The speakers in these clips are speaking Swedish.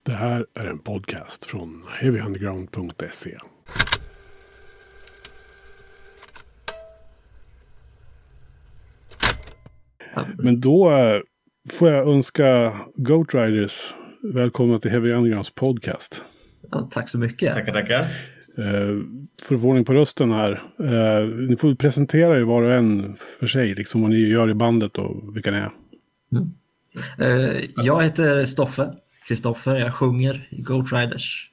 Det här är en podcast från heavyunderground.se. Men då får jag önska Goat Riders välkomna till Heavy Undergrounds podcast. Ja, tack så mycket. Tackar. För att få ordning på rösten här. Ni får presentera er var och en för sig. Liksom vad ni gör i bandet och vilka ni är. Jag heter Kristoffer. Jag sjunger i Goat Riders.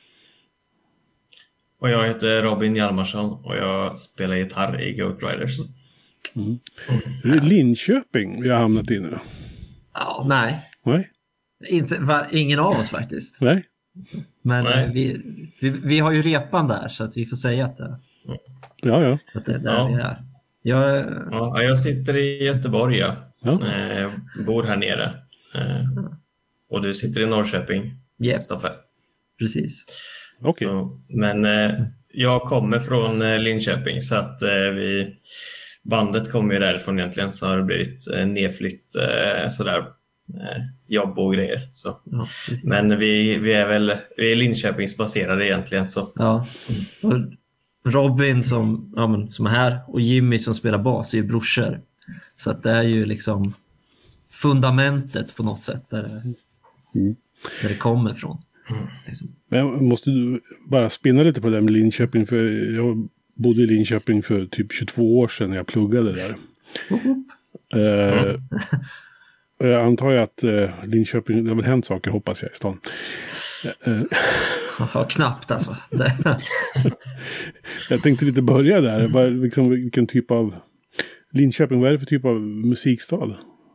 Och jag heter Robin Hjalmarsson och jag spelar gitarr i Goat Riders. Det är Linköping vi har hamnat i nu. Ja, nej. Nej? Ingen av oss faktiskt. Nej? Men vi har ju repan där så att vi får säga att det, Ja. att det är där vi är. Jag sitter i Göteborg, Ja. Bor här nere. Och du sitter i Norrköping, Stoffe. Precis. Okej. Men jag kommer från Linköping så att bandet kommer ju därifrån egentligen, så har det blivit nedflytt sådär. Jobb och grejer så. Ja, men vi är Linköpingsbaserade egentligen så. Ja. Och Robin som är här och Jimmy som spelar bas är ju brorsor. Så att det är ju liksom fundamentet på något sätt där det kommer ifrån. Liksom. Men jag måste bara spinna lite på det med Linköping, för jag bodde i Linköping för typ 22 år sedan när jag pluggade där. Jag antar ju att Linköping, det har väl hänt saker, hoppas jag, i stan. Ja, knappt alltså. Jag tänkte lite börja där. Bara, liksom, vilken typ av Linköping, vad är det för typ av musikstad?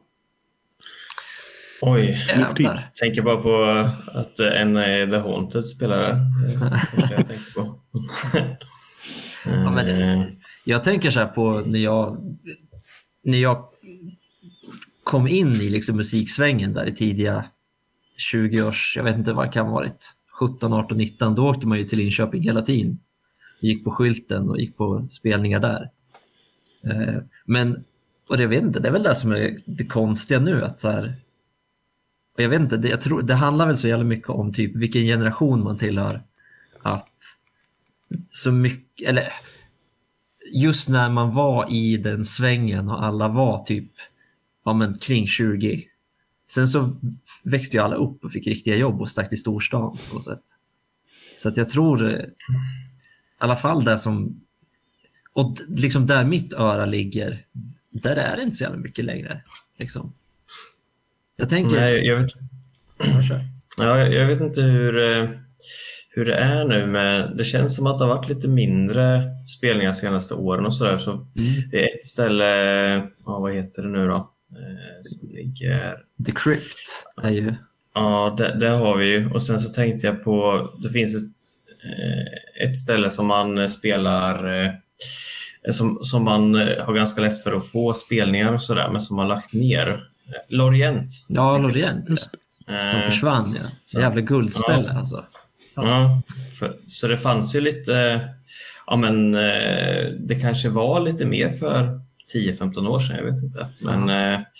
Oj, tänker bara på att The Haunted spelar där. Det jag tänker på. Ja, men jag tänker så här på när jag kom in i liksom musiksvängen där i tidiga 20-års, jag vet inte vad det kan ha varit, 17, 18, 19, då åkte man ju till Linköping hela tiden. Gick på skylten och gick på spelningar där. Men, och jag vet inte, det är väl det som är det konstiga nu, att så här, och jag vet inte, jag tror det handlar väl så jävla mycket om typ vilken generation man tillhör, att så mycket, eller just när man var i den svängen och alla var typ kring 20. Sen så växte ju alla upp och fick riktiga jobb och stack till storstan på något sätt. Så att jag tror i alla fall det som, och liksom där mitt öra ligger, där är det inte så jävla mycket längre liksom. Jag tänker... Nej, jag vet inte hur det är nu, men det känns som att det har varit lite mindre spelningar senaste åren och sådär. Så det är ett ställe, vad heter det nu då? Som ligger... The Crypt är ju... Ja, det har vi ju. Och sen så tänkte jag på, det finns ett ställe som man spelar, som man har ganska lätt för att få spelningar och sådär, men som har lagt ner. Lorient. Ja, Lorient. Som försvann, ja. Så jävla guldställe alltså. Ja, så det fanns ju lite, det kanske var lite mer för 10-15 år sedan, jag vet inte. Men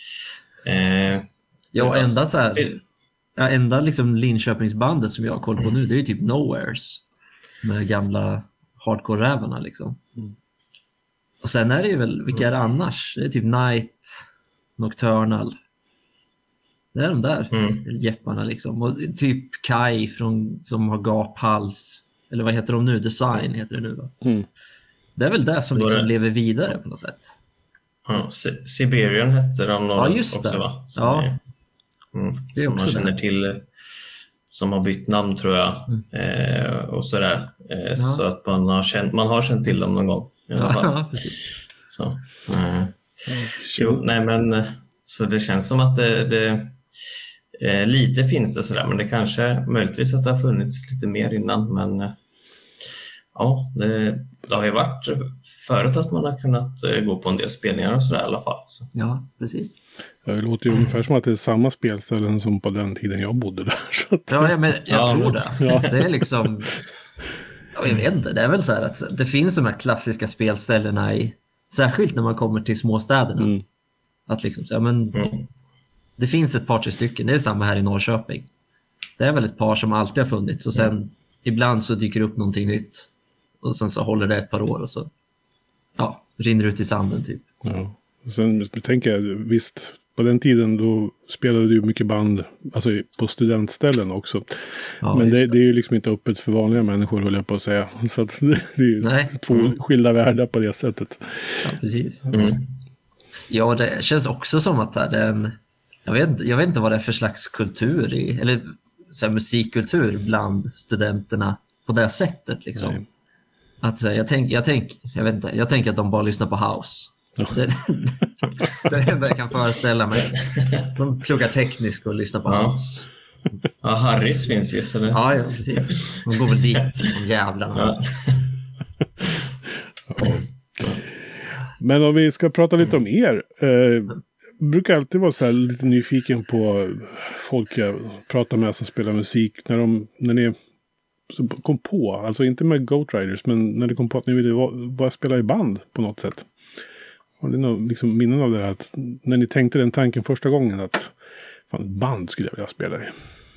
ända så här, enda liksom Linköpingsbandet som jag har koll på nu, det är ju typ Nowheres med gamla hardcore-rävarna liksom. Och sen är det ju väl, vilka är det annars? Det är typ Night, Nocturnal. Det är de där jepparna liksom. Och typ Kai som har gaphals, eller vad heter de nu? Design heter det nu då. Det är väl det som liksom lever vidare på något sätt. Siberian hette de några just också, det. va? Som man känner till, som har bytt namn tror jag, och sådär. Så att man har känt till dem någon gång i alla fall. Ja, precis. Så, så det känns som att det lite finns det sådär, men det kanske möjligtvis att det har funnits lite mer innan, men det har ju varit förut att man har kunnat gå på en del spelningar och sådär i alla fall. Så. Ja, precis. Det låter ju ungefär som att det är samma spelställen som på den tiden jag bodde där. Så att... Jag tror det. Ja. Det är liksom... Jag vet inte, det är väl så här att det finns de här klassiska spelställena särskilt när man kommer till småstäderna. Att liksom, det finns ett par, tre stycken. Det är samma här i Norrköping. det är väl ett par som alltid har funnits och sen ibland så dyker upp någonting nytt och sen så håller det ett par år och så rinner ut i sanden typ. Ja. Sen tänker jag, visst, på den tiden då spelade du mycket band, alltså på studentställen också. Ja, men det är ju liksom inte öppet för vanliga människor, höll jag på att säga. Så att det är ju två skilda världar på det sättet. Ja, precis. Ja, det känns också som att det är en... Jag vet inte vad det är för slags kultur eller så här, musikkultur bland studenterna på det sättet liksom. Nej. Att jag tänker att de bara lyssnar på house. Ja. Det är det enda jag kan föreställa mig. De pluggar tekniskt och lyssnar på house. Ja, Harris finns ju så det. Ja, precis. De går väl dit, de jävlarna. Ja. Men om vi ska prata lite om er. Brukar alltid vara så här lite nyfiken på folk jag pratar med som spelar musik. När ni kom på, alltså inte med Goat Riders, men när det kom på att ni ville bara spela i band på något sätt. Har ni någon liksom minnen av det här, att när ni tänkte den tanken första gången att fan, band skulle jag vilja spela i?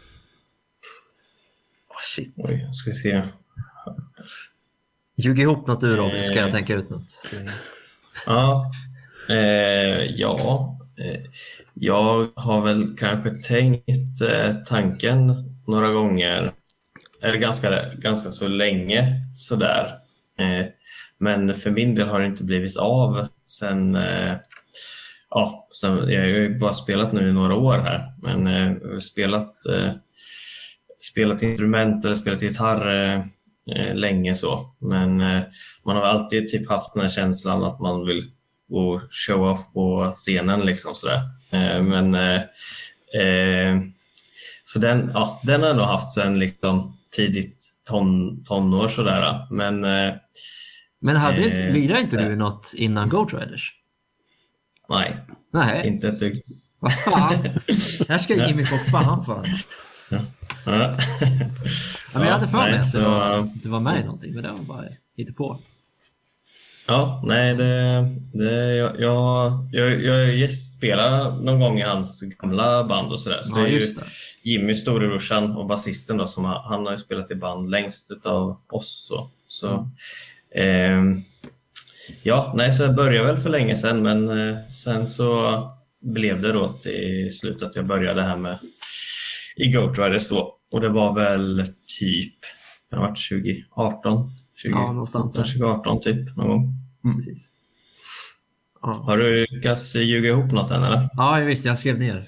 Shit. Oj, jag ska se. Ljug ihop något ur Robin, ska jag tänka ut något. Jag har väl kanske tänkt tanken några gånger, eller ganska så länge sådär. Men för min del har det inte blivit av sen jag har ju bara spelat nu i några år här, men spelat instrument eller spelat gitarr länge så, men man har alltid typ haft den här känslan att man vill gå show off på scenen liksom sådär. Så den har jag nog haft sen liksom tidigt tonår sådär, men lirade inte du något innan Goat Riders? Nej, inte ett dugg. Vad fan? Här ska jag ge mig på fan för. Ja. Men jag hade för mig att det var med i någonting, men det var bara lite på. Ja, nej, jag spelar någon gång i hans gamla band och sådär. Så det är ju Jimmy, storebrorsan och basisten då, som han har ju spelat i band längst utav oss så. Så jag började väl för länge sedan, men sen så blev det då till slut att jag började här med i Goat Riders då, och det var väl typ, det har varit 2018 typ någon gång. Precis. Ja. Har du lyckats ljuga ihop något än eller? Ja, visst, jag skrev ner.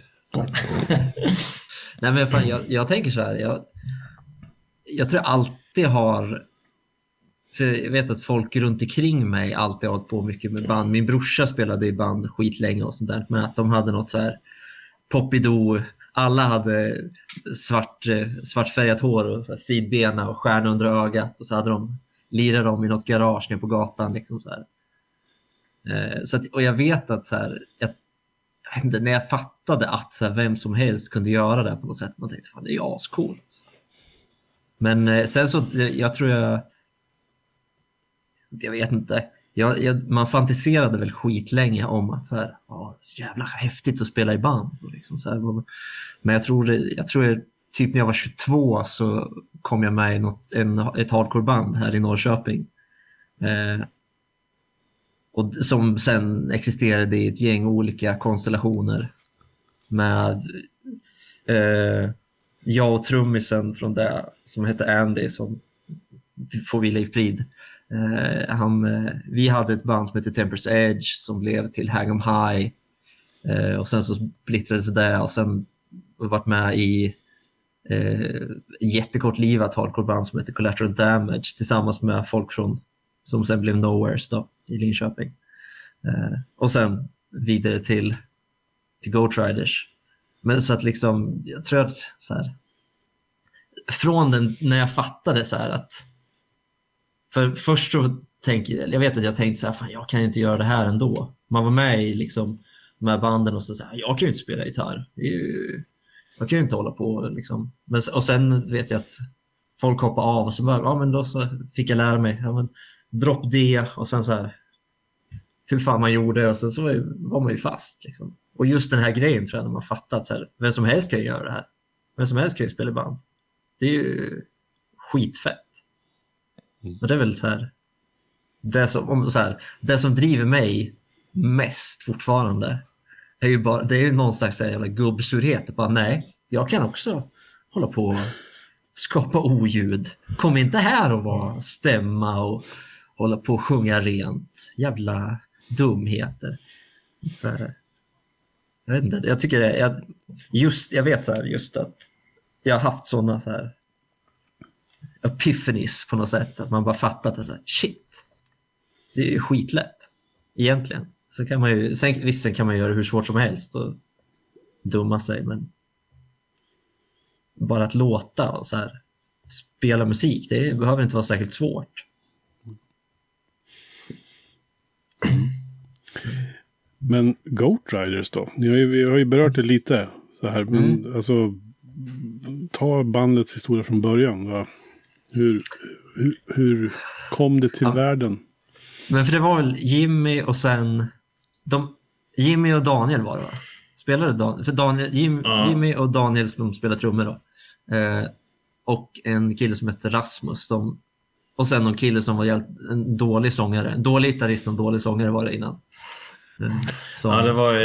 Nej, men fan, jag tänker så här, jag tror jag alltid har, för jag vet att folk runt omkring mig alltid har hållit på mycket med band. Min brorsa spelade i band skitlänge och sånt där, men att de hade något så här poppidoo. Alla hade svartfärgat hår och så här sidbena och stjärnor under ögat, och så hade lirade de i något garage nere på gatan liksom så här. Så att, och jag vet att så här, jag vet inte, när jag fattade att så här, vem som helst kunde göra det på något sätt, man tänkte fan, det är ascoolt. Men sen så jag vet inte. Man fantiserade väl skitlänge om att så här, så jävla häftigt att spela i band och liksom så här. Men jag tror typ när jag var 22 så kom jag med i ett hardcore-band här i Norrköping. Och som sen existerade i ett gäng olika konstellationer med jag och trummisen från det som heter Andy, som får vila i frid. Vi hade ett band som heter Temper's Edge som blev till Hang 'em High, och sen så splittrades det, och sen har varit med i jättekort livat hardcore-band som heter Collateral Damage tillsammans med folk som sen blev Nowheres då, i Linköping, och sen vidare till Goat Riders. Men så att liksom, jag tror att så här, från när jag fattade så här att, för först så jag vet att jag tänkte så här, fan, jag kan inte göra det här ändå. Man var med i liksom de här banden och så här, jag kan ju inte spela gitarr. Jag kan ju inte hålla på liksom. Och sen vet jag att folk hoppar av och så bara, men då så fick jag lära mig, drop D, och sen så här hur fan man gjorde, och sen så var man ju fast liksom. Och just den här grejen tror jag, när man fattat så här, vem som helst kan göra det här. Vem som helst kan ju spela i band. Det är ju skitfett. Och det är väl så här det som driver mig mest fortfarande är ju bara, det är ju någon slags jävla gubbsurhet. Bara nej, jag kan också hålla på och skapa oljud. Kom inte här och vara stämma och hålla på och sjunga rent. Jävla dumheter. Så här, jag vet inte, jag tycker jag vet så här, just att jag har haft såna så här epiphanies på något sätt, att man bara fattat att så här, shit, det är ju skitlätt egentligen. Så kan man ju, visst kan man göra hur svårt som helst och dumma sig, men bara att låta och så här spela musik, det behöver inte vara särskilt svårt. Men Goat Riders då? Vi har ju berört det lite så här, men alltså ta bandets historia från början. Va? Hur kom det till världen? Men för det var väl Jimmy och sen Jimmy och Daniel var det, va? Spelade Daniel? För Jimmy och Daniel som spelade trummor då. Och en kille som hette Rasmus och sen någon kille som var en dålig sångare. En dålig gitarrist och en dålig sångare var det innan. Ja, det var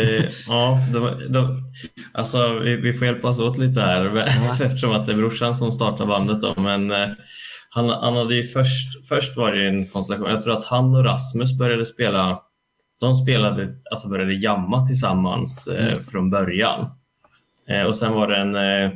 alltså vi får hjälpas åt lite här eftersom att det är brorsan som startade bandet då, men han hade ju först var det en konstellation. Jag tror att han och Rasmus började började jamma tillsammans från början. Och sen var det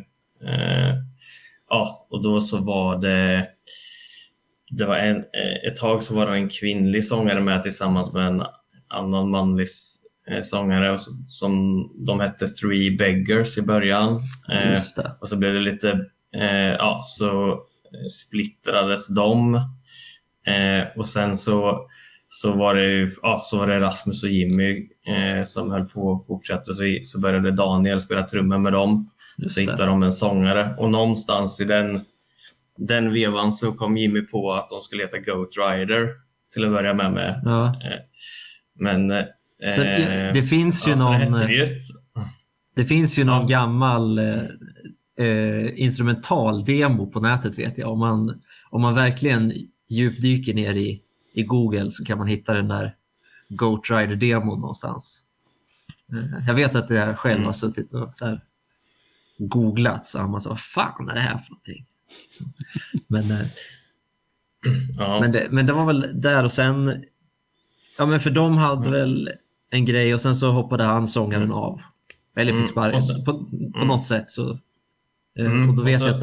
och då så var det var ett tag så var det en kvinnlig sångare med tillsammans med en annan manlig sångare som de hette Three Beggars i början. Och så blev det lite så splittrades de. Och sen så var det Rasmus och Jimmy som höll på att fortsätta, så började Daniel spela trummor med dem. Så hittade de en sångare, och någonstans i den vevan så kom Jimmy på att de skulle heta Goat Rider till att börja med. Ja. Men så det finns ju det finns ju någon gammal instrumental demo på nätet, vet jag. Om man verkligen djupdyker ner i Google så kan man hitta den där Goat Rider demon någonstans. Jag vet att jag själv har suttit och så här googlat, så har man så, vad fan är det här för någonting? Men det var väl där, och sen men för de hade väl en grej, och sen så hoppade han sångaren av. Eller fick sparken på något sätt så. Och då vet jag att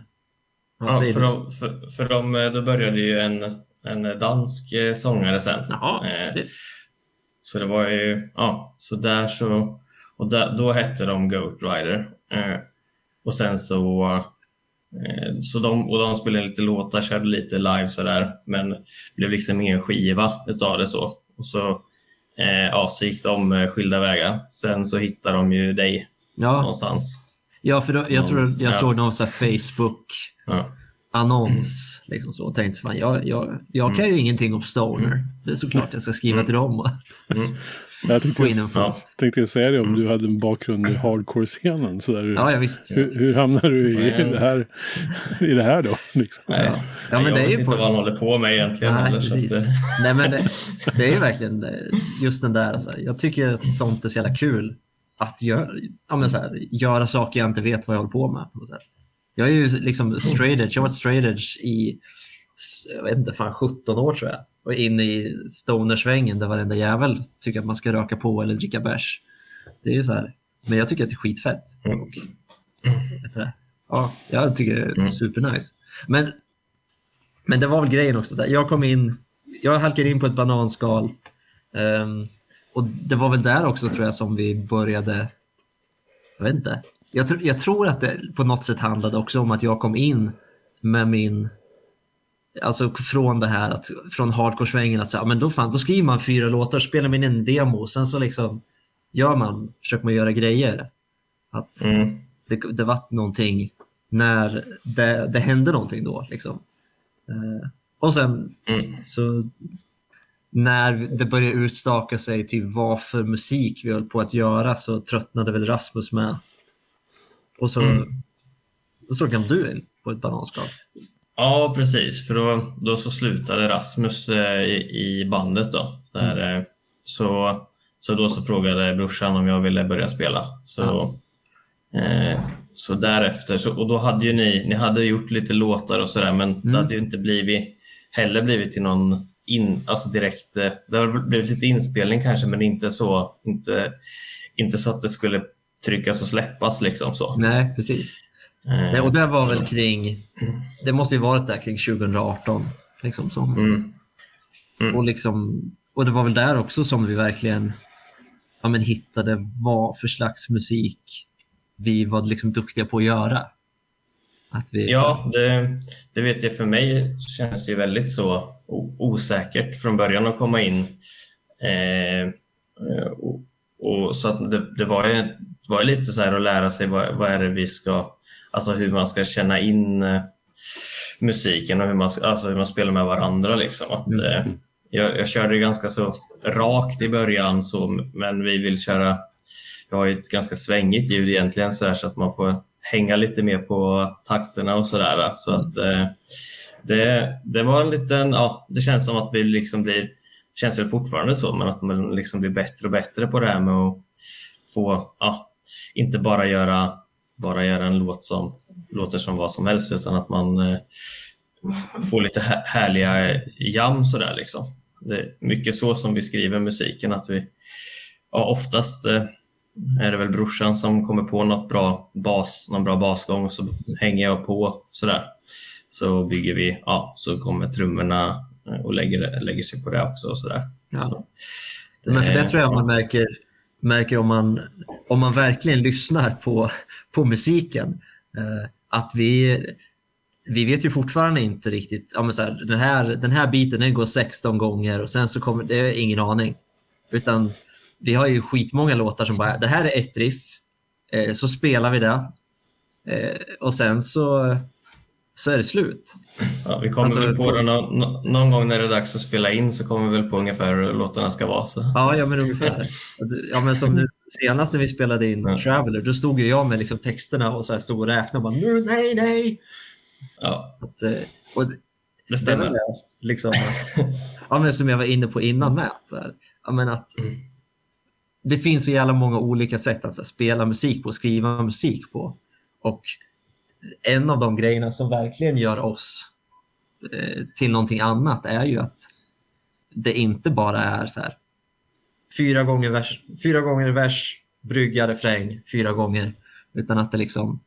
då började ju en dansk sångare sen. Så det var ju så där så, och då hette de Goat Rider. Och sen så de spelade lite låtar, körde lite live så där, men blev liksom ingen skiva utav det så. Och så så gick de skilda vägar. Sen så hittade de ju dig någonstans. Ja, för jag tror jag såg någon så här Facebook annons liksom så, och tänkte fan, jag kan ju ingenting om stoner. Det är såklart jag ska skriva till dem. Jag tänkte säga det, om du hade en bakgrund i hardcore-scenen så där. Ja, visst. Hur hamnar du i det här då liksom? Men jag vet inte vad han håller på med egentligen. Nej, men det är ju verkligen just den där, alltså. Jag tycker att sånt är så jävla kul att göra saker jag inte vet vad jag håller på med. Jag är ju liksom straight edge. Jag har varit straight edge i, jag vet inte, 17 år tror jag. Och inne i stonersvängen där varenda jävel tycker att man ska röka på eller dricka bärs. Det är ju så här. Men jag tycker att det är skitfett. Jag tycker det är supernice. Men det var väl grejen också där. Jag halkade in på ett bananskal. Och det var väl där också, tror jag, som vi började. Jag vet inte. Jag tror att det på något sätt handlade också om att jag kom in med min, alltså från det här från hardcore-svängen, att men då skriver man 4 låtar, spelar man in en demo, sen så liksom försöker man göra grejer. Att det var någonting när det hände någonting då liksom. Och sen så när det började utstaka sig till vad för musik vi höll på att göra, så tröttnade väl Rasmus med. Och så Då såg han du in på ett bananskal. Ja, precis. För då så slutade Rasmus i bandet då. Så då så frågade brorsan om jag ville börja spela. Så därefter, och då hade ju ni hade gjort lite låtar och sådär, men det hade ju inte blivit till någon alltså direkt, det har blivit lite inspelning kanske, men inte så att det skulle tryckas och släppas liksom så. Nej, precis. Nej, och det var väl det måste ju varit där kring 2018 liksom som. Och det var väl där också som vi verkligen hittade vad för slags musik vi var liksom duktiga på att göra. Ja, det vet jag, för mig känns det ju väldigt så osäkert från början att komma in. Och så att det var lite så här att lära sig vad är det vi ska, alltså hur man ska känna in musiken och hur man spelar med varandra liksom. Jag körde ganska så rakt i början så, men vi har ju ett ganska svängigt ljud egentligen så att man får hänga lite mer på takterna och sådär. Så att det var en liten, det känns som att vi liksom känns väl fortfarande så, men att man liksom blir bättre och bättre på det här med att få, inte bara göra en låt som låter som vad som helst, utan att man får lite härliga jam sådär liksom. Det är mycket så som vi skriver musiken, att vi oftast är det väl brorsan som kommer på någon bra basgång, och så hänger jag på sådär. Så bygger vi, så kommer trummorna och lägger sig på det också och sådär. Ja. Så, men för det tror jag man märker om man verkligen lyssnar på musiken, att vi vet ju fortfarande inte riktigt, så här, den här biten den går 16 gånger och sen så kommer det är ingen aning, utan vi har ju skitmånga låtar som bara, det här är ett riff, så spelar vi det, och sen så är det slut. Ja, vi kommer väl på det någon gång när det är dags att spela in, så kommer vi väl på ungefär hur låtarna ska vara. Så. Ja, men ungefär. Ja, men som nu senast när vi spelade in Traveler, då stod ju jag med liksom texterna och så här stod och räknade och bara nej. Ja. Och det stämmer. Liksom, men som jag var inne på innan med att det finns så jävla många olika sätt att spela musik på, skriva musik på, och en av de grejerna som verkligen gör oss till någonting annat är ju att det inte bara är så här 4 gånger vers, brygga, refräng 4 gånger, utan att det liksom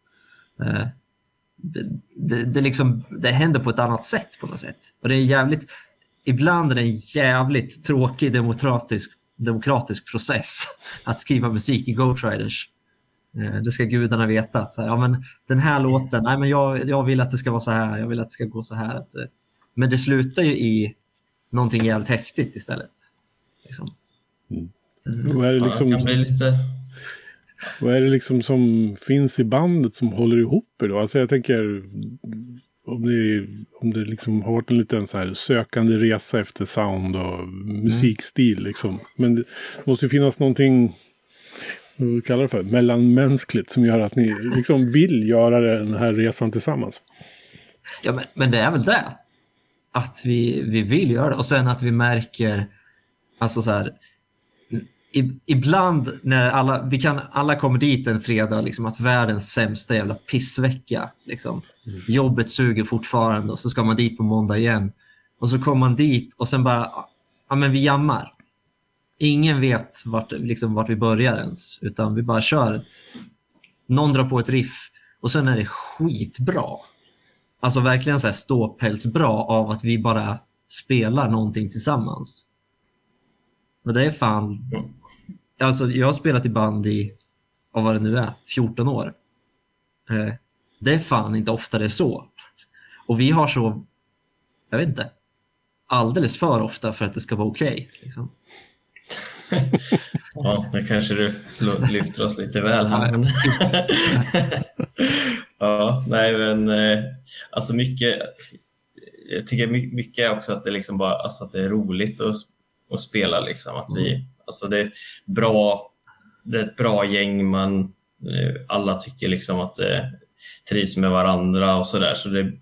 det händer på ett annat sätt på något sätt. Och det är ibland är det en jävligt tråkig demokratisk process att skriva musik i Ghost Riders. Det ska gudarna veta att så här, men den här låten, men jag vill att det ska vara så här, jag vill att det ska gå så här, men det slutar ju i någonting jävligt häftigt istället liksom. Vad är det liksom, kan bli lite... vad är det liksom som finns i bandet som håller ihop er då? Alltså jag tänker om det liksom har varit en liten så här sökande resa efter sound och musikstil liksom. Men det måste ju finnas någonting, vad vi kallar det för, mellanmänskligt, som gör att ni liksom vill göra den här resan tillsammans. Ja, men det är väl det. Att vi vill göra det. Och sen att vi märker, alltså så här, ibland när alla kommer dit en fredag, liksom, att världens sämsta jävla pissvecka liksom. Jobbet suger fortfarande, och så ska man dit på måndag igen, och så kommer man dit och sen bara men vi jammar. Ingen vet vart vi börjar ens, utan vi bara kör någon drar på ett riff och sen är det skitbra. Alltså verkligen så här ståpälsbra av att vi bara spelar någonting tillsammans. Och det är fan, alltså jag har spelat i band i, vad det nu är, 14 år. Det är fan inte ofta det är så. Och vi har så, jag vet inte, alldeles för ofta för att det ska vara okej, liksom. Ja, nu kanske du lyfter oss lite väl här. Men... ja, nej men alltså mycket, jag tycker mycket också att det liksom bara, alltså att det är roligt att spela liksom, att vi, alltså det är bra, det är ett bra gäng, alla tycker liksom att trivs med varandra och sådär. Så det,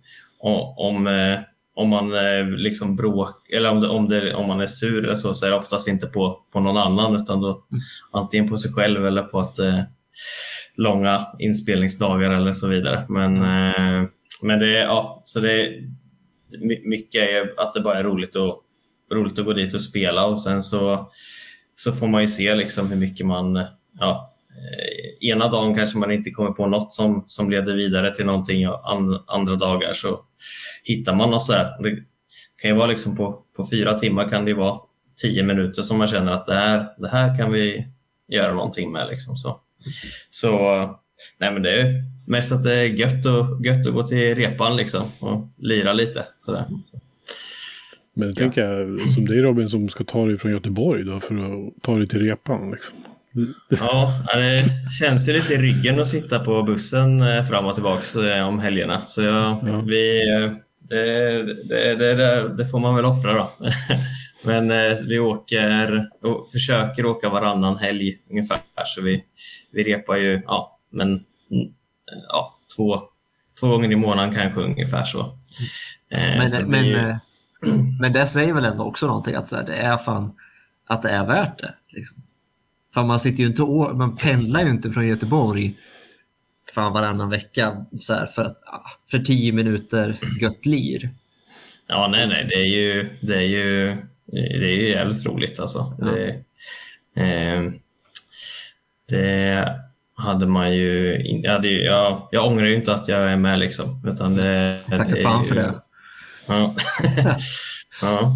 om man liksom eller om man är sur eller så är det oftast inte på någon annan, utan då antingen på sig själv eller på att långa inspelningsdagar eller så vidare. Men det, ja, så det mycket är att det bara är roligt att gå dit och spela, och sen så får man ju se liksom hur mycket man, ena dagen kanske man inte kommer på något som leder vidare till någonting, och andra dagar så hittar man något så här. Det kan ju vara liksom på 4 timmar kan det vara 10 minuter som man känner att det här kan vi göra någonting med liksom. Så nej, men det är mest att det är gött att gå till repan liksom och lira lite sådär. Men jag tänker som det är Robin som ska ta dig från Göteborg då för att ta dig till repan liksom. Ja, det känns ju lite i ryggen att sitta på bussen fram och tillbaka om helgerna. Så det får man väl offra då. Men vi försöker åka varannan helg ungefär. Så vi repar ju två gånger i månaden kanske ungefär så. Men det säger väl ändå också någonting att så här, det är fan att det är värt det liksom. För man sitter ju inte man pendlar ju inte från Göteborg fan varannan vecka så här för 10 minuter gött lir. Ja, nej, det är ju jävligt roligt alltså. Ja. Det hade man ju jag ångrar ju inte att jag är med liksom, utan tackar fan för det. Ja. Ja.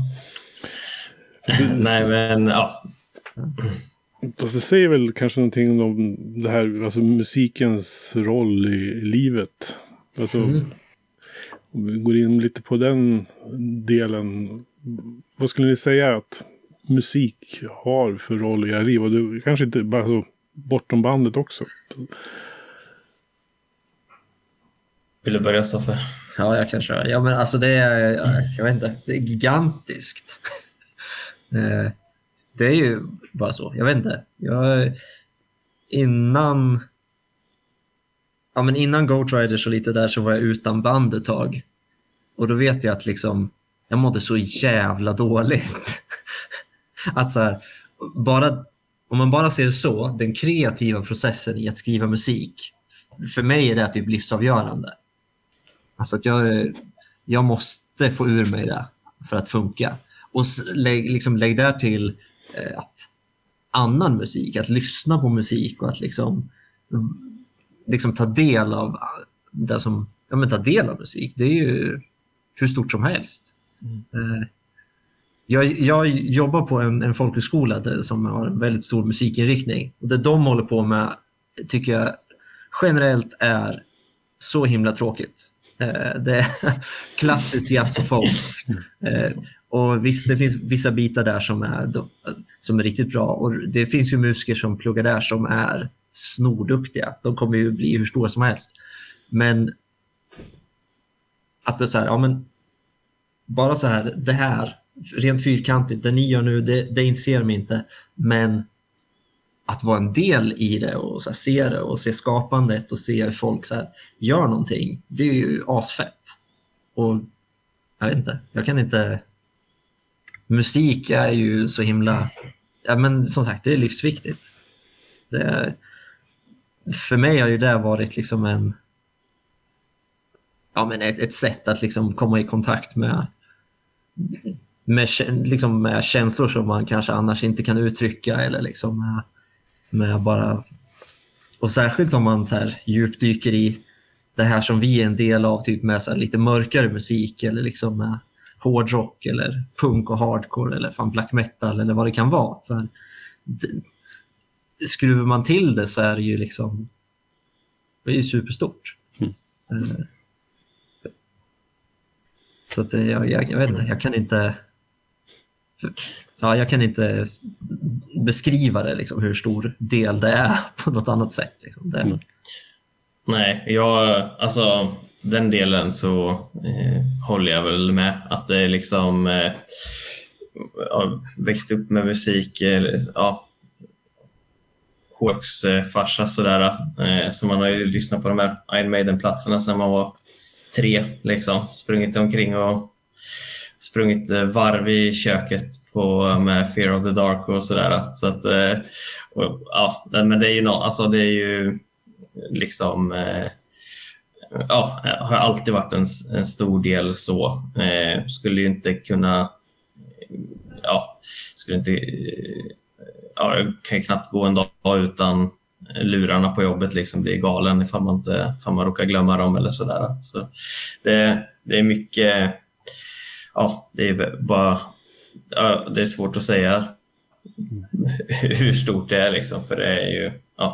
Nej, men ja. Fast det säger väl kanske någonting om det här, alltså musikens roll i livet. Alltså, om vi går in lite på den delen. Vad skulle ni säga att musik har för roll i era liv? Och det kanske inte bara så bortom bandet också. Vill du börja, Stoffe? Ja, jag kan köra. Ja, men alltså det är, jag vet inte, det är gigantiskt. Det är ju bara så. Jag vet inte. Innan Goat Riders och lite där så var jag utan band ett tag. Och då vet jag att liksom jag mådde så jävla dåligt. Att så här, om man bara ser det så, den kreativa processen i att skriva musik, för mig är det typ livsavgörande. Alltså att jag måste få ur mig det för att funka. Och lägg där till att annan musik, att lyssna på musik och att liksom ta del av det som, ta del av musik, det är ju hur stort som helst. Jag jobbar på en folkhögskola som har en väldigt stor musikinriktning, och det de håller på med tycker jag generellt är så himla tråkigt. Det är klassiskt jazz och folk. Och visst, det finns vissa bitar där som är riktigt bra, och det finns ju musiker som pluggar där som är snorduktiga. De kommer ju bli hur stora som helst. Men att det är så här, bara så här, det här rent fyrkantigt, det ni gör nu, det intresserar mig inte, men att vara en del i det och så här, se det och se skapandet och se hur folk så här, gör någonting, det är ju asfett. Och jag vet inte, jag kan inte, musik är ju så himla, men som sagt, det är livsviktigt. För mig har ju det varit liksom ett sätt att liksom komma i kontakt med känslor som man kanske annars inte kan uttrycka, eller liksom med bara, och särskilt om man så här djupdyker i det här som vi är en del av, typ med så här lite mörkare musik, eller liksom med hårdrock eller punk och hardcore eller fan black metal eller vad det kan vara. Så här, skruvar man till det så är det ju liksom, det är ju superstort. Så att jag vet inte, jag kan inte beskriva det liksom, hur stor del det är på något annat sätt liksom. Nej, alltså den delen så håller jag väl med, att det liksom växt upp med musik, hårdrocksfarsa sådär. Så man har ju lyssnat på de här Iron Maiden-plattorna sedan man var 3 liksom. Sprungit omkring och sprungit varv i köket med Fear of the Dark och sådär. Så att ja, men det är ju alltså det är ju liksom har alltid varit en stor del så. Skulle ju inte kunna jag kan ju knappt gå en dag utan lurarna på jobbet liksom, blir galen ifall man råkar glömma dem eller sådär. Så det är mycket, det är bara det är svårt att säga hur stort det är liksom, för det är ju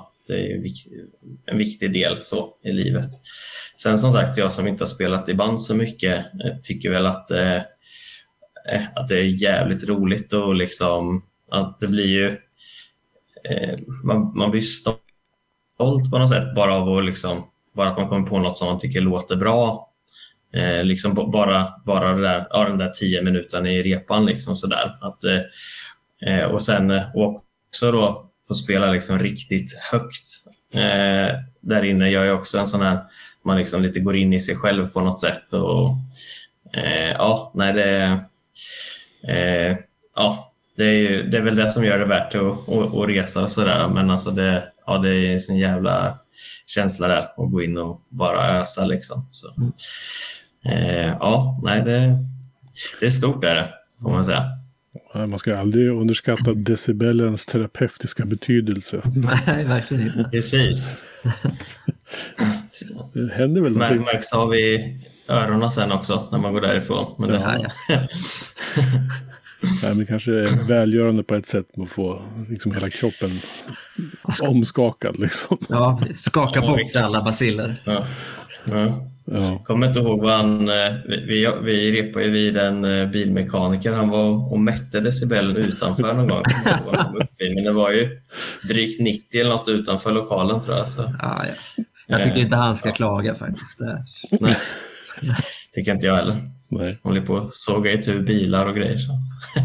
en viktig del så i livet. Sen som sagt, jag som inte har spelat i band så mycket tycker väl att det är jävligt roligt och liksom att det blir ju man blir stolt på något sätt bara av att liksom, bara att man kommer på något som man tycker låter bra, liksom bara det där, den där 10 minuterna i repan liksom sådär att och sen också då få spela liksom riktigt högt där inne gör ju också en sån här, man liksom lite går in i sig själv på något sätt och det är väl det som gör det värt att resa och sådär, men alltså det är en sån jävla känsla där att gå in och bara ösa liksom. Så. Det är stort där, får man säga. Man ska aldrig underskatta decibelens terapeutiska betydelse. Nej, verkligen inte. Precis. Det händer väl någonting. Märks av i öronen sen också när man går därifrån. Men Nej, men kanske är välgörande på ett sätt med att få liksom hela kroppen omskakad liksom. Ja, skaka bort alla baciller. Ja. Kommer inte ihåg vad vi repade ju vid en bilmekaniker. Han var och mätte decibelen utanför någon gång. Men det var ju drygt 90 eller något utanför lokalen, tror jag. Så. Ja. Jag tycker inte han ska klaga faktiskt. Nej, tycker inte jag heller. Nej. Håller på att såga itu bilar och grejer. Så.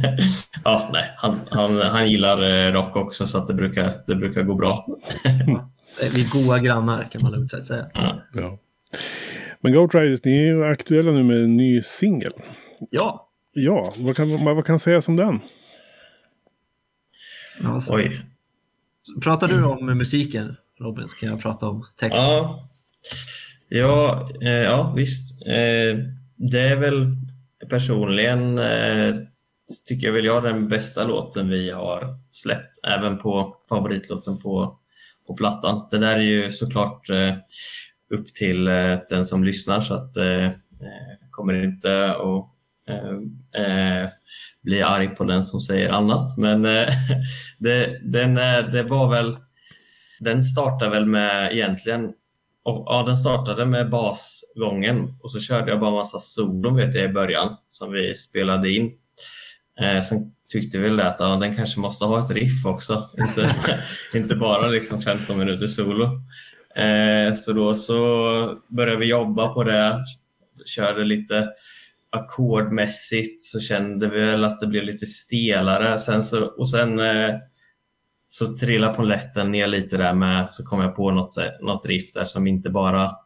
Han gillar rock också, så att det brukar gå bra. Vi är goda grannar, kan man lugnt säga. Ja. Men Goat Riders, ni är ju aktuella nu med en ny singel. Ja. Ja, vad kan sägas om den? Oj. Pratar du om musiken, Robin, så kan jag prata om texten. Ja, visst. Det är väl personligen tycker jag den bästa låten vi har släppt, även på favoritlåten på plattan. Det där är ju såklart upp till den som lyssnar, så att kommer inte att bli arg på den som säger annat, men den startade väl med egentligen, den startade med basgången och så körde jag bara massa solon, vet jag, i början som vi spelade in. Sen tyckte vi att den kanske måste ha ett riff också, inte bara liksom 15 minuter solo. Så då så började vi jobba på det, körde lite ackordmässigt, så kände vi väl att det blev lite stelare. Sen så trillade polletten ner lite där med, så kom jag på något riff där som inte bara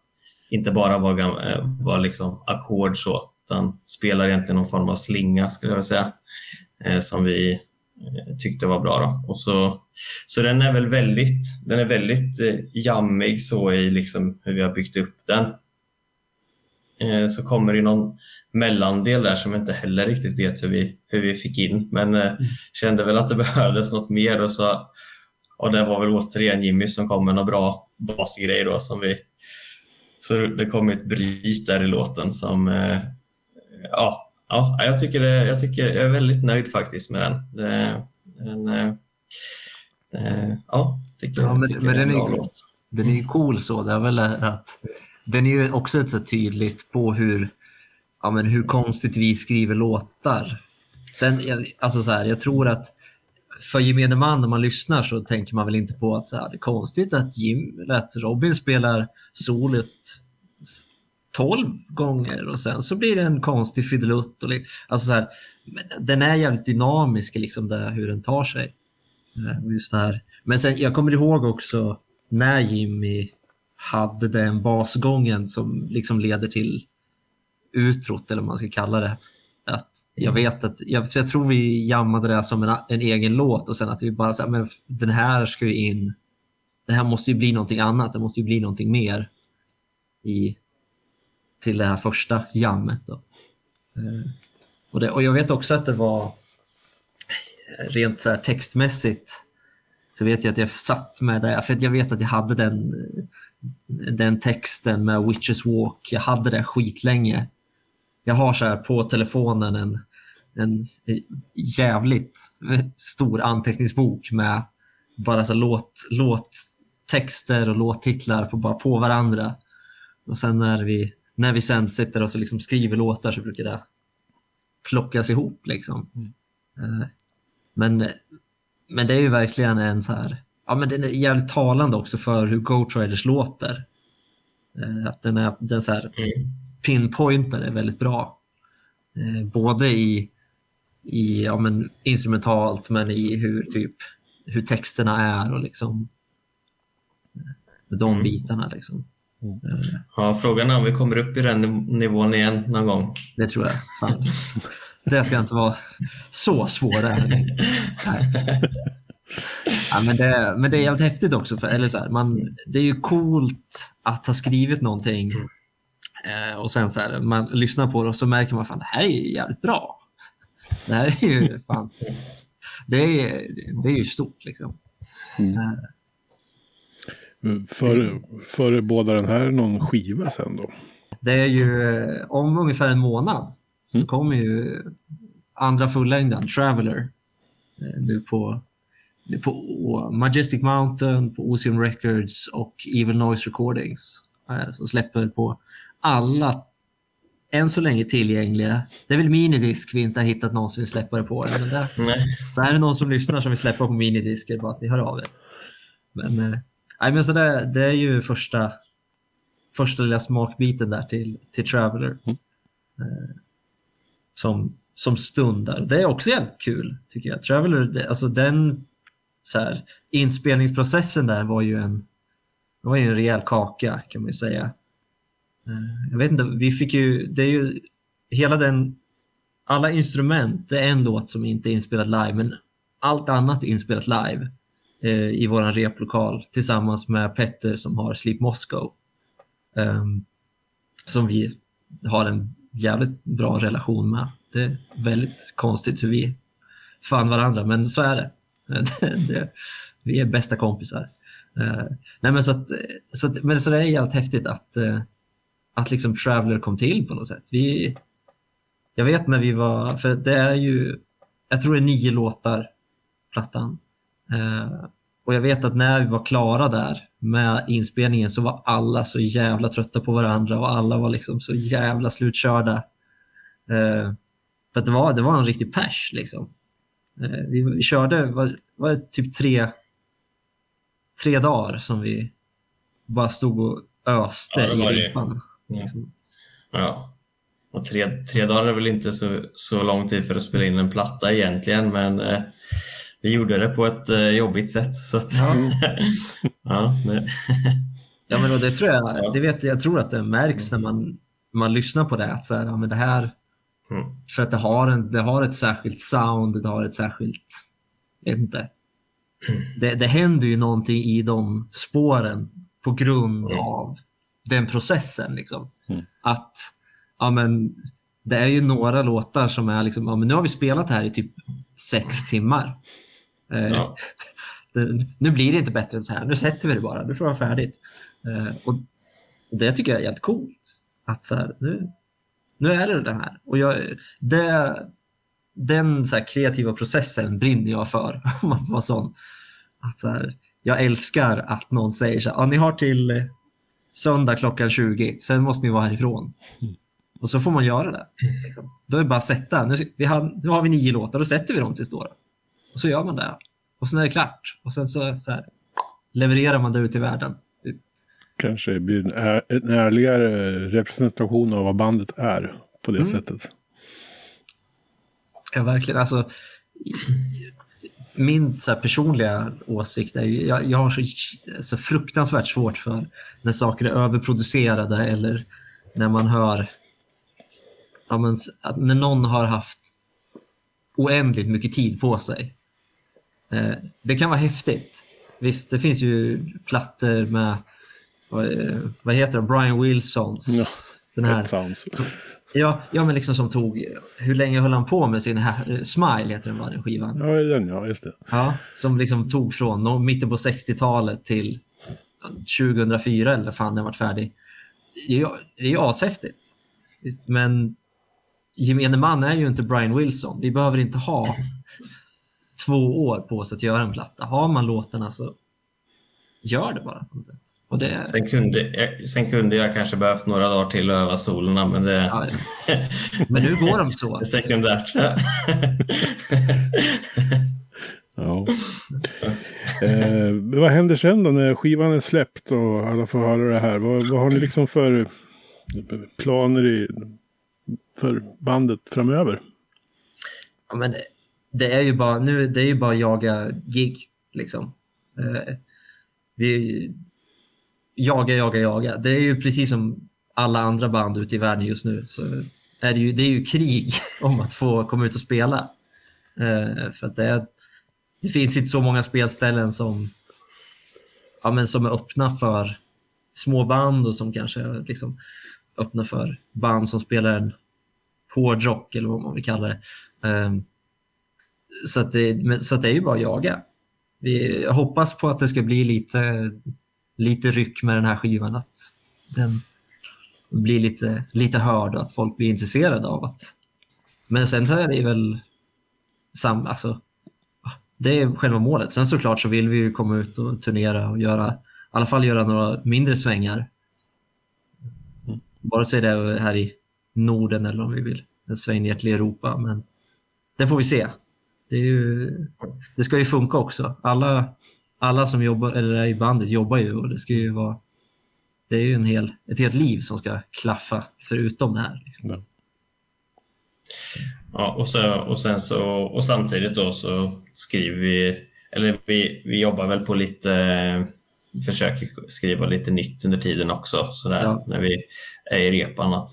var liksom ackord så, utan spelar egentligen någon form av slinga, skulle jag säga, som vi tyckte var bra då. Och så den är väldigt jammig så i liksom hur vi har byggt upp den. Så kommer det någon mellandel där som jag inte heller riktigt vet hur vi fick in, men kände väl att det behövdes något mer, och det var väl återigen Jimmy som kom med några bra basgrej då, så det kom ett bryt där i låten som jag tycker jag är väldigt nöjd faktiskt med den. Tycker men det är en bra låt. Den är ju cool så, det är väl att den är ju också ett så tydligt på hur konstigt vi skriver låtar. Sen, jag tror att för gemene man, när man lyssnar, så tänker man väl inte på att det är konstigt att Robin spelar solot 12 gånger och sen så blir det en konstig fidelutt. Den är jävligt dynamisk liksom, hur den tar sig. Just det här Men sen, jag kommer ihåg också när Jimmy hade den basgången som liksom leder till utrot, eller vad man ska kalla det. Att jag vet att jag tror vi jammade det som en egen låt, och sen att vi bara sa, men den här ska ju in, det här måste ju bli någonting annat, det måste ju bli någonting mer till det här första jammet då. Och jag vet också att det var rent så här textmässigt, så vet jag att jag satt med det, för att jag vet att jag hade den texten med Witches Walk, jag hade det skitlänge. Jag har så här på telefonen en jävligt stor anteckningsbok med bara så låttexter och låttitlar på varandra. Och sen när vi sen sitter och så liksom skriver låtar, så brukar det plockas ihop liksom. Men det är ju verkligen en så här, ja, men den är jävligt talande också för hur Ghost Riders låter. Att den så här pinpointar är väldigt bra. Både i ja, men instrumentalt, men i hur texterna är och liksom de bitarna liksom. Ja, frågan är om vi kommer upp i den nivån igen någon gång. Det tror jag. Fan. Det ska inte vara så svårt. Ja, men det är jävligt häftigt också. Eller så här, det är ju coolt att ha skrivit någonting. Och sen så här, man lyssnar på det och så märker man, fan, det här är ju jävligt bra. Det här är ju fan, det är ju stort liksom. Före båda den här någon skiva sen då? Det är ju om ungefär en månad så kommer ju andra fullängden, Traveler, nu på Majestic Mountain, på Ocean Records och Evil Noise Recordings, som släpper på alla än så länge tillgängliga. Det är väl minidisk vi inte har hittat någon som vill släppa det på. Men så är det någon som lyssnar som vill släppa på minidisker, bara att ni hör av er. Men så det är ju första lilla smakbiten där till Traveler. Som stundar. Det är också jävligt kul tycker jag. Traveler, alltså den så här, inspelningsprocessen där var ju en rejäl kaka, kan man ju säga. Jag vet inte, vi fick ju, det är ju alla instrument, det är en låt som inte är inspelad live, men allt annat är inspelat live i våran replokal tillsammans med Petter som har Sleep Moscow, som vi har en jävligt bra relation med. Det är väldigt konstigt hur vi fann varandra, men så är det. Vi är bästa kompisar. Nej, men så det är jävligt häftigt att liksom Traveler kom till på något sätt. Jag vet när vi var, för det är ju, jag tror det är 9 låtar plattan. Och jag vet att när vi var klara där med inspelningen så var alla så jävla trötta på varandra och alla var liksom så jävla slutkörda. För att det var en riktig pers liksom. Vi körde var det typ 3 dagar som vi bara stod och öste i rumpan. Liksom. Ja. Och 3 dagar är väl inte så lång tid för att spela in en platta egentligen, men vi gjorde det på ett jobbigt sätt. Så att, ja, men det tror jag, jag tror att det märks när man lyssnar på det, att så här, ja, men det här, för att det har ett särskilt sound, det har ett särskilt, jag vet inte. Det händer ju någonting i de spåren på grund av den processen liksom. Att ja, men det är ju några låtar som är liksom, ja, men nu har vi spelat här i typ 6 timmar. Nu blir det inte bättre än så här. Nu sätter vi det bara. Nu får det vara färdigt. Och det tycker jag är helt coolt. Att så här, nu är det här. Och den så här kreativa processen brinner jag för. Om man får vara sån. Att så här, jag älskar att någon säger så här, ni har till söndag klockan 20. Sen måste ni vara härifrån. Och så får man göra det. Liksom. Då är det bara att sätta. Nu har vi 9 låtar. Då sätter vi dem till stora. Och så gör man det. Och sen är det klart. Och sen så här, levererar man det ut i världen. Typ. Kanske det blir en ärligare representation av vad bandet är på det sättet. Ja, verkligen. Alltså, min så här personliga åsikt är ju, jag har så fruktansvärt svårt för när saker är överproducerade eller när man hör att när någon har haft oändligt mycket tid på sig. Det kan vara häftigt. Visst, det finns ju plattor med vad heter det? Brian Wilsons. Ja, den här. Ja, men liksom som tog, hur länge höll han på med sin Smile heter den skivan. Ja, just det. Ja, som liksom tog från mitten på 60-talet till 2004 eller fan den var färdig. Det är ju ashäftigt. Men gemene man är ju inte Brian Wilson. Vi behöver inte ha 2 år på oss att göra en platta. Har man låtarna så gör det bara. Och det... sen kunde jag kanske behövt några dagar till att öva solerna, men det... Ja. Men nu går de så. Sekundärt. Ja. Vad händer sen då när skivan är släppt och alla får höra det här? Vad har ni liksom för planer för bandet framöver? Ja, men det är ju bara nu, det är ju bara jaga gig liksom. Vi jaga. Det är ju precis som alla andra band ute i världen just nu, så är det är ju krig om att få komma ut och spela. För att det finns inte så många spelställen som är öppna för små band och som kanske liksom öppna för band som spelar en hårdrock eller vad man vill kalla det. Så att det är ju bara att jaga. Vi hoppas på att det ska bli lite ryck med den här skivan, att den blir lite hörd och att folk blir intresserade av att. Men sen så är det väl det är själva målet. Sen såklart så vill vi ju komma ut och turnera och i alla fall göra några mindre svängar. Bara se det här i Norden eller om vi vill en sväng ner till Europa, men det får vi se. Det ska ju funka också. Alla som jobbar eller är i bandet jobbar ju, och det är ju ett helt liv som ska klaffa förutom det här liksom. Ja, och samtidigt då så skriver vi, eller vi jobbar väl på lite, försöker skriva lite nytt under tiden också, så där, ja. När vi är i repan, att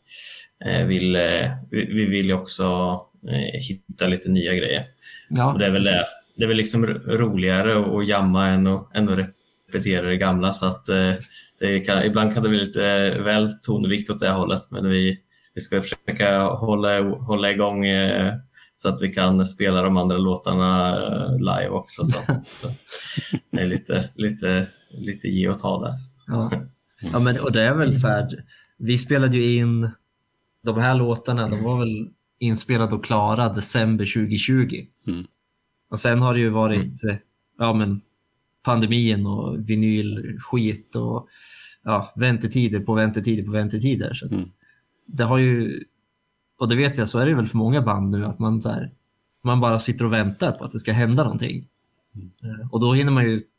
vi vill också hitta lite nya grejer. Ja, och det är väl liksom roligare att jamma än att repetera det gamla, så att ibland kan det bli lite väl tonvikt åt det hållet, men vi ska försöka hålla igång så att vi kan spela de andra låtarna live också, så det är lite ge och ta där. Ja, men och det är väl så här, vi spelade ju in de här låtarna, de var väl inspelade och klara december 2020. Och sen har det ju varit pandemin och vinylskit och väntetider på väntetider, så att det har ju, och det vet jag, så är det väl för många band nu att man bara sitter och väntar på att det ska hända någonting. Och då hinner man ju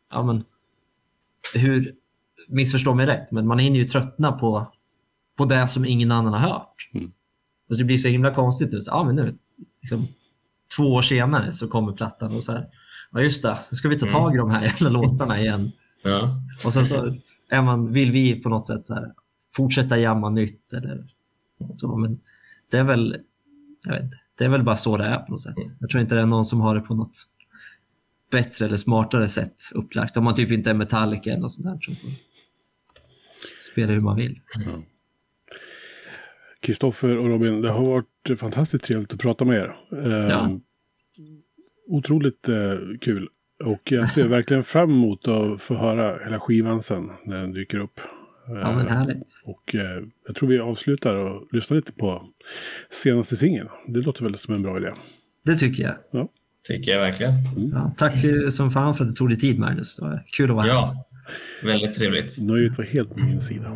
missförstå mig rätt, men man hinner ju tröttna på det som ingen annan har hört. Och det blir så himla konstigt nu. Men nu liksom, 2 år senare så kommer plattan och så här, ja just det, så ska vi ta tag i de här jävla låtarna igen. Ja. Och sen så vill vi på något sätt så här fortsätta jamma nytt eller så, men det är väl, jag vet inte, det är väl bara så det är på något sätt. Jag tror inte det är någon som har det på något bättre eller smartare sätt upplagt, om man typ inte är Metallica eller något sånt där som spelar hur man vill. Kristoffer och Robin, det har varit fantastiskt trevligt att prata med er. Otroligt kul. Och jag ser verkligen fram emot att få höra hela skivan sen när den dyker upp. Ja, men härligt. Och jag tror vi avslutar och lyssnar lite på senaste singeln. Det låter väl som en bra idé. Det tycker jag. Ja. Tycker jag verkligen. Ja, tack som fan för att du tog dig tid, Magnus. Det var kul att vara här. Ja, väldigt trevligt. Nöjet var helt på min sida.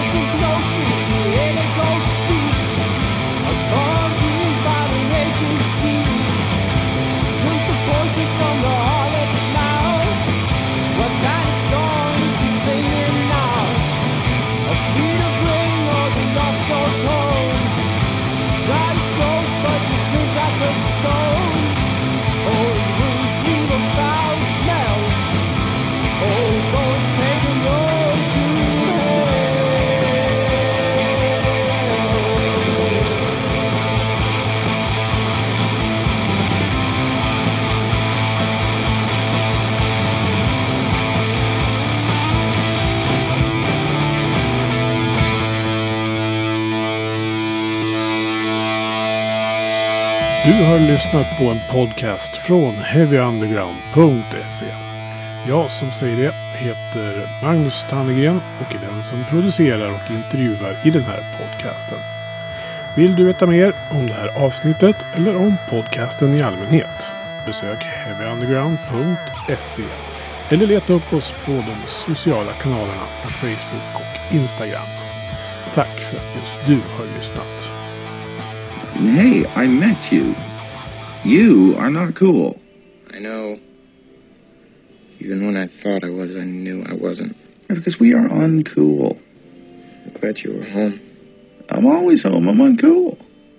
Du har lyssnat på en podcast från HeavyUnderground.se. Jag som säger det heter Magnus Tannegren och är den som producerar och intervjuar i den här podcasten. Vill du veta mer om det här avsnittet eller om podcasten i allmänhet? Besök HeavyUnderground.se eller leta upp oss på de sociala kanalerna på Facebook och Instagram. Tack för att just du har lyssnat. Hey, I met you. You are not cool. I know. Even when I thought I was, I knew I wasn't. Because we are uncool. I'm glad you were home. I'm always home. I'm uncool.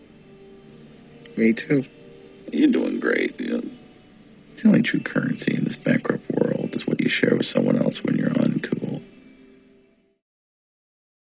Me too. You're doing great. You know, the only true currency in this bankrupt world is what you share with someone else when